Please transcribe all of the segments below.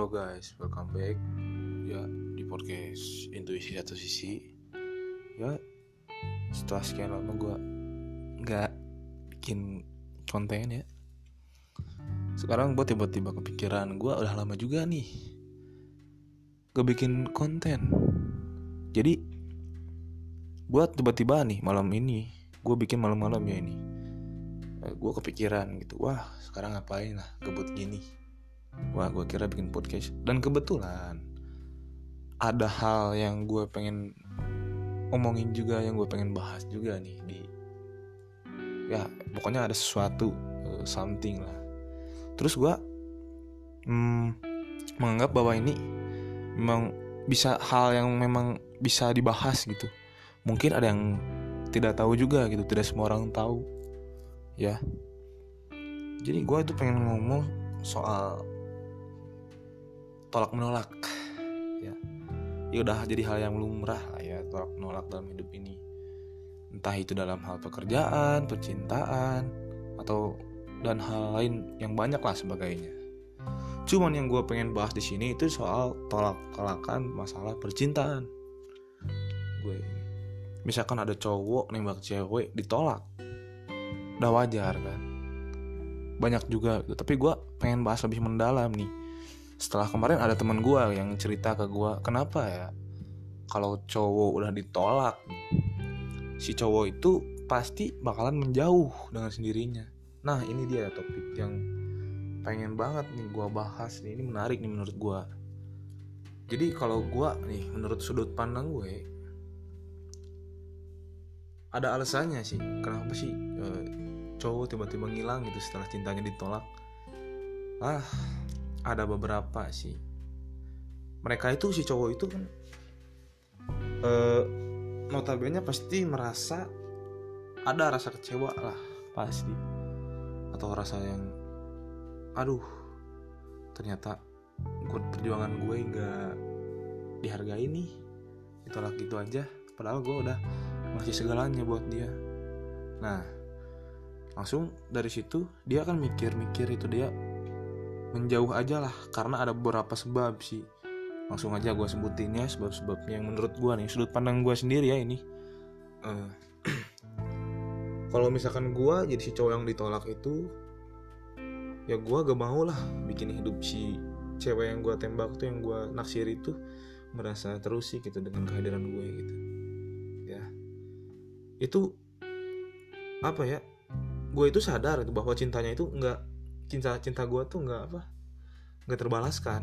Halo guys, welcome back ya di podcast Intuisi Satu Sisi. Ya, setelah sekian lama gue nggak bikin konten ya. Sekarang gue tiba-tiba kepikiran, gue udah lama juga nih gak bikin konten. Jadi gue tiba-tiba nih malam ini gue bikin malam-malam ya ini. Gue kepikiran gitu, wah sekarang ngapain lah gebut gini. Wah, gue kira bikin podcast. Dan kebetulan ada hal yang gue pengen omongin juga, yang gue pengen bahas juga nih ya pokoknya ada sesuatu, something lah. Terus gue menganggap bahwa ini memang bisa hal yang memang bisa dibahas gitu. Mungkin ada yang tidak tahu juga gitu, tidak semua orang tahu ya. Jadi gue itu pengen ngomong soal tolak menolak ya udah jadi hal yang lumrah lah ya, tolak menolak dalam hidup ini, entah itu dalam hal pekerjaan, percintaan, atau dan hal lain yang banyak lah sebagainya. Cuman yang gue pengen bahas di sini itu soal tolak-tolakan masalah percintaan. Gue misalkan ada cowok nembak cewek ditolak, udah wajar kan, banyak juga gitu. Tapi gue pengen bahas lebih mendalam nih. Setelah kemarin ada teman gue yang cerita ke gue, kenapa ya kalau cowok udah ditolak, si cowok itu pasti bakalan menjauh dengan sendirinya. Nah ini dia topik yang pengen banget nih gue bahas nih. Ini menarik nih menurut gue. Jadi kalau gue nih, menurut sudut pandang gue, ada alasannya sih kenapa sih cowok tiba-tiba ngilang gitu setelah cintanya ditolak. Ada beberapa sih. Mereka itu, si cowok itu kan notabene pasti merasa ada rasa kecewa lah pasti, atau rasa yang ternyata perjuangan gue gak dihargai nih, ditolak gitu aja, padahal gue udah ngasih segalanya buat dia. Nah langsung dari situ dia kan mikir itu, dia menjauh aja lah karena ada beberapa sebab sih. Langsung aja gue sebutin ya sebab-sebabnya yang menurut gue nih, sudut pandang gue sendiri ya ini. Kalau misalkan gue jadi si cowok yang ditolak itu, ya gue gak mau lah bikin hidup si cewek yang gue tembak tuh, yang gue naksir itu merasa terusik gitu dengan kehadiran gue gitu ya. Itu apa ya, gue itu sadar itu bahwa cintanya itu cinta gue tuh nggak terbalaskan.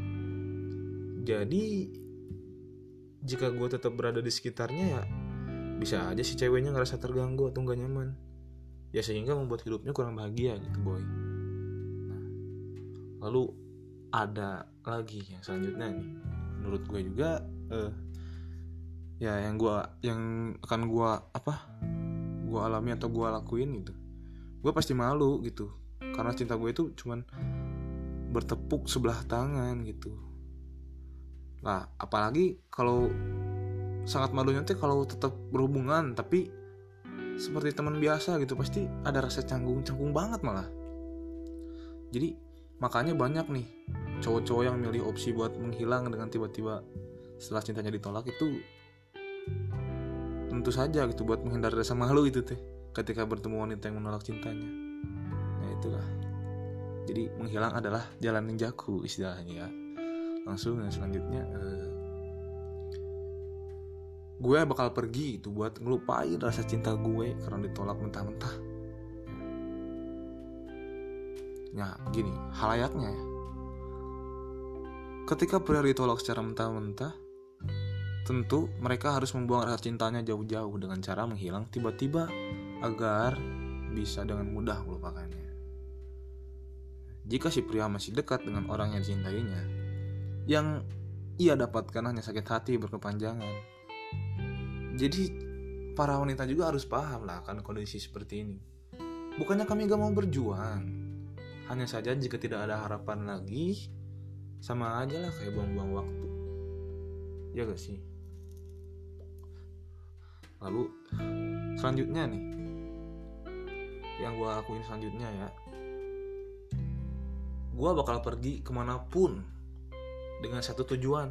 Jadi jika gue tetap berada di sekitarnya, ya bisa aja si ceweknya ngerasa terganggu atau nggak nyaman ya, sehingga membuat hidupnya kurang bahagia gitu boy. Nah, lalu ada lagi yang selanjutnya nih, menurut gue juga ya yang akan gue alami atau gue lakuin gitu. Gue pasti malu gitu, karena cinta gue itu cuman bertepuk sebelah tangan gitu. Nah apalagi kalau sangat malunya tuh kalau tetap berhubungan tapi seperti teman biasa gitu, pasti ada rasa canggung banget malah. Jadi makanya banyak nih cowok-cowok yang milih opsi buat menghilang dengan tiba-tiba setelah cintanya ditolak itu, tentu saja gitu buat menghindari rasa malu itu teh ketika bertemu wanita yang menolak cintanya. Nah itulah, jadi menghilang adalah jalan ninjaku istilahnya ya. Langsung yang selanjutnya, gue bakal pergi itu buat ngelupain rasa cinta gue karena ditolak mentah-mentah. Nah gini halayaknya ya, ketika pria ditolak secara mentah-mentah, tentu mereka harus membuang rasa cintanya jauh-jauh dengan cara menghilang tiba-tiba agar bisa dengan mudah melupakannya. Jika si pria masih dekat dengan orang yang dicintainya, yang ia dapatkan hanya sakit hati berkepanjangan. Jadi para wanita juga harus paham lah akan kondisi seperti ini. Bukannya kami gak mau berjuang, hanya saja jika tidak ada harapan lagi, sama aja lah kayak buang-buang waktu, ya gak sih? Lalu selanjutnya nih, yang gue lakuin selanjutnya ya, gue bakal pergi kemanapun dengan satu tujuan,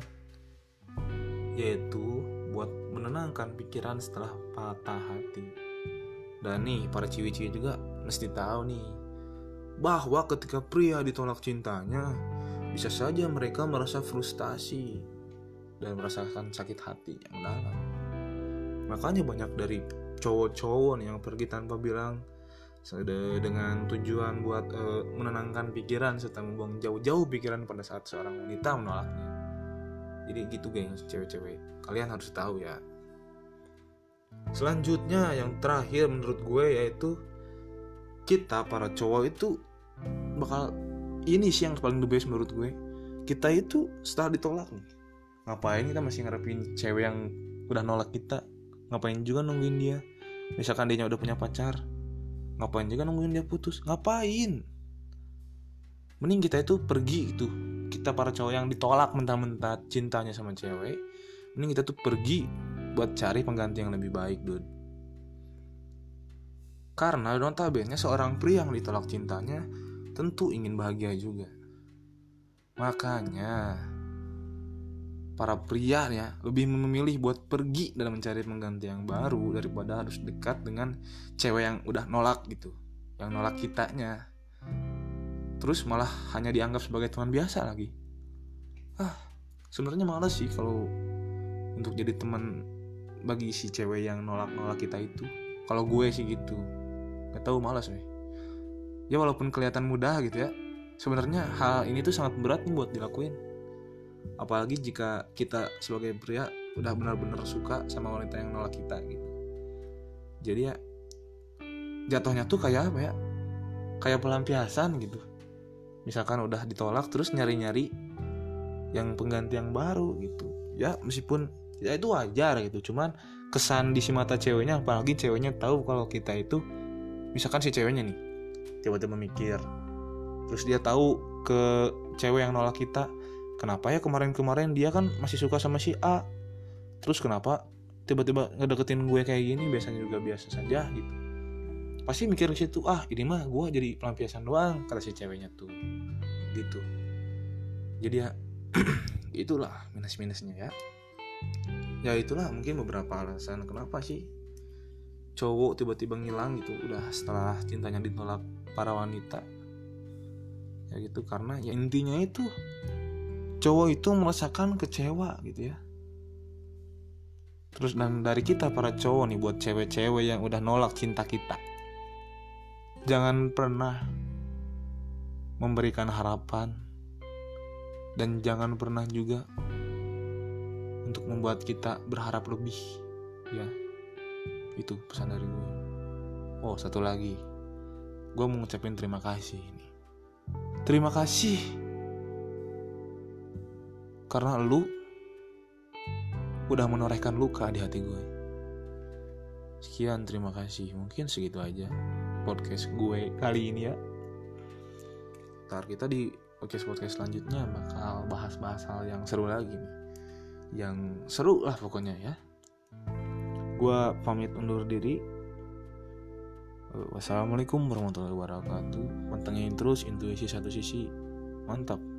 yaitu buat menenangkan pikiran setelah patah hati. Dan nih para ciwi-ciwi juga mesti tahu nih, bahwa ketika pria ditolak cintanya, bisa saja mereka merasa frustasi dan merasakan sakit hati yang dalam. Makanya banyak dari cowok-cowok nih yang pergi tanpa bilang, dengan tujuan buat menenangkan pikiran serta membuang jauh-jauh pikiran pada saat seorang wanita menolaknya. Jadi gitu gengs, cewek-cewek, kalian harus tahu ya. Selanjutnya yang terakhir menurut gue, yaitu kita para cowok itu bakal, ini sih yang paling the best menurut gue, kita itu setelah ditolak nih, ngapain kita masih ngarepin cewek yang udah nolak kita? Ngapain juga nungguin dia? Misalkan dia udah punya pacar, ngapain juga nungguin dia putus? Ngapain? Mending kita itu pergi gitu. Kita para cowok yang ditolak mentah-mentah cintanya sama cewek, mending kita tuh pergi buat cari pengganti yang lebih baik, dude. Karena notabene seorang pria yang ditolak cintanya tentu ingin bahagia juga. Makanya para pria ya lebih memilih buat pergi dan mencari pengganti yang baru daripada harus dekat dengan cewek yang udah nolak gitu, yang nolak kitanya, terus malah hanya dianggap sebagai teman biasa lagi. Sebenarnya malas sih kalau untuk jadi teman bagi si cewek yang nolak kita itu. Kalau gue sih gitu, gak tahu, malas nih. Ya walaupun kelihatan mudah gitu ya, sebenarnya hal ini tuh sangat berat nih buat dilakuin. Apalagi jika kita sebagai pria udah benar-benar suka sama wanita yang nolak kita gitu. Jadi ya jatuhnya tuh kayak apa ya, kayak pelampiasan gitu. Misalkan udah ditolak terus nyari-nyari yang pengganti yang baru gitu. Ya meskipun ya itu wajar gitu, cuman kesan di si mata ceweknya, apalagi ceweknya tahu kalau kita itu, misalkan si ceweknya nih tiba-tiba mikir, terus dia tahu ke cewek yang nolak kita, kenapa ya kemarin-kemarin dia kan masih suka sama si A, terus kenapa tiba-tiba ngedeketin gue kayak gini, biasanya juga biasa saja gitu. Pasti mikir ke situ, ini mah gue jadi pelampiasan doang, kata si ceweknya tuh gitu. Jadi ya itulah minus-minusnya ya. Ya itulah mungkin beberapa alasan kenapa sih cowok tiba-tiba ngilang gitu udah setelah cintanya ditolak para wanita. Ya gitu, karena ya intinya itu cowok itu merasakan kecewa gitu ya. Terus dan dari kita para cowok nih, buat cewek-cewek yang udah nolak cinta kita, jangan pernah memberikan harapan, dan jangan pernah juga untuk membuat kita berharap lebih ya. Itu pesan dari gue. Satu lagi, gue mau ngucapin terima kasih ini. Terima kasih karena lu udah menorehkan luka di hati gue. Sekian, terima kasih. Mungkin segitu aja podcast gue kali ini ya. Ntar kita di podcast selanjutnya bakal bahas-bahas hal yang seru lagi nih, yang seru lah pokoknya ya. Gua pamit undur diri. Wassalamualaikum warahmatullahi wabarakatuh. Pantengin terus Intuisi Satu Sisi. Mantap.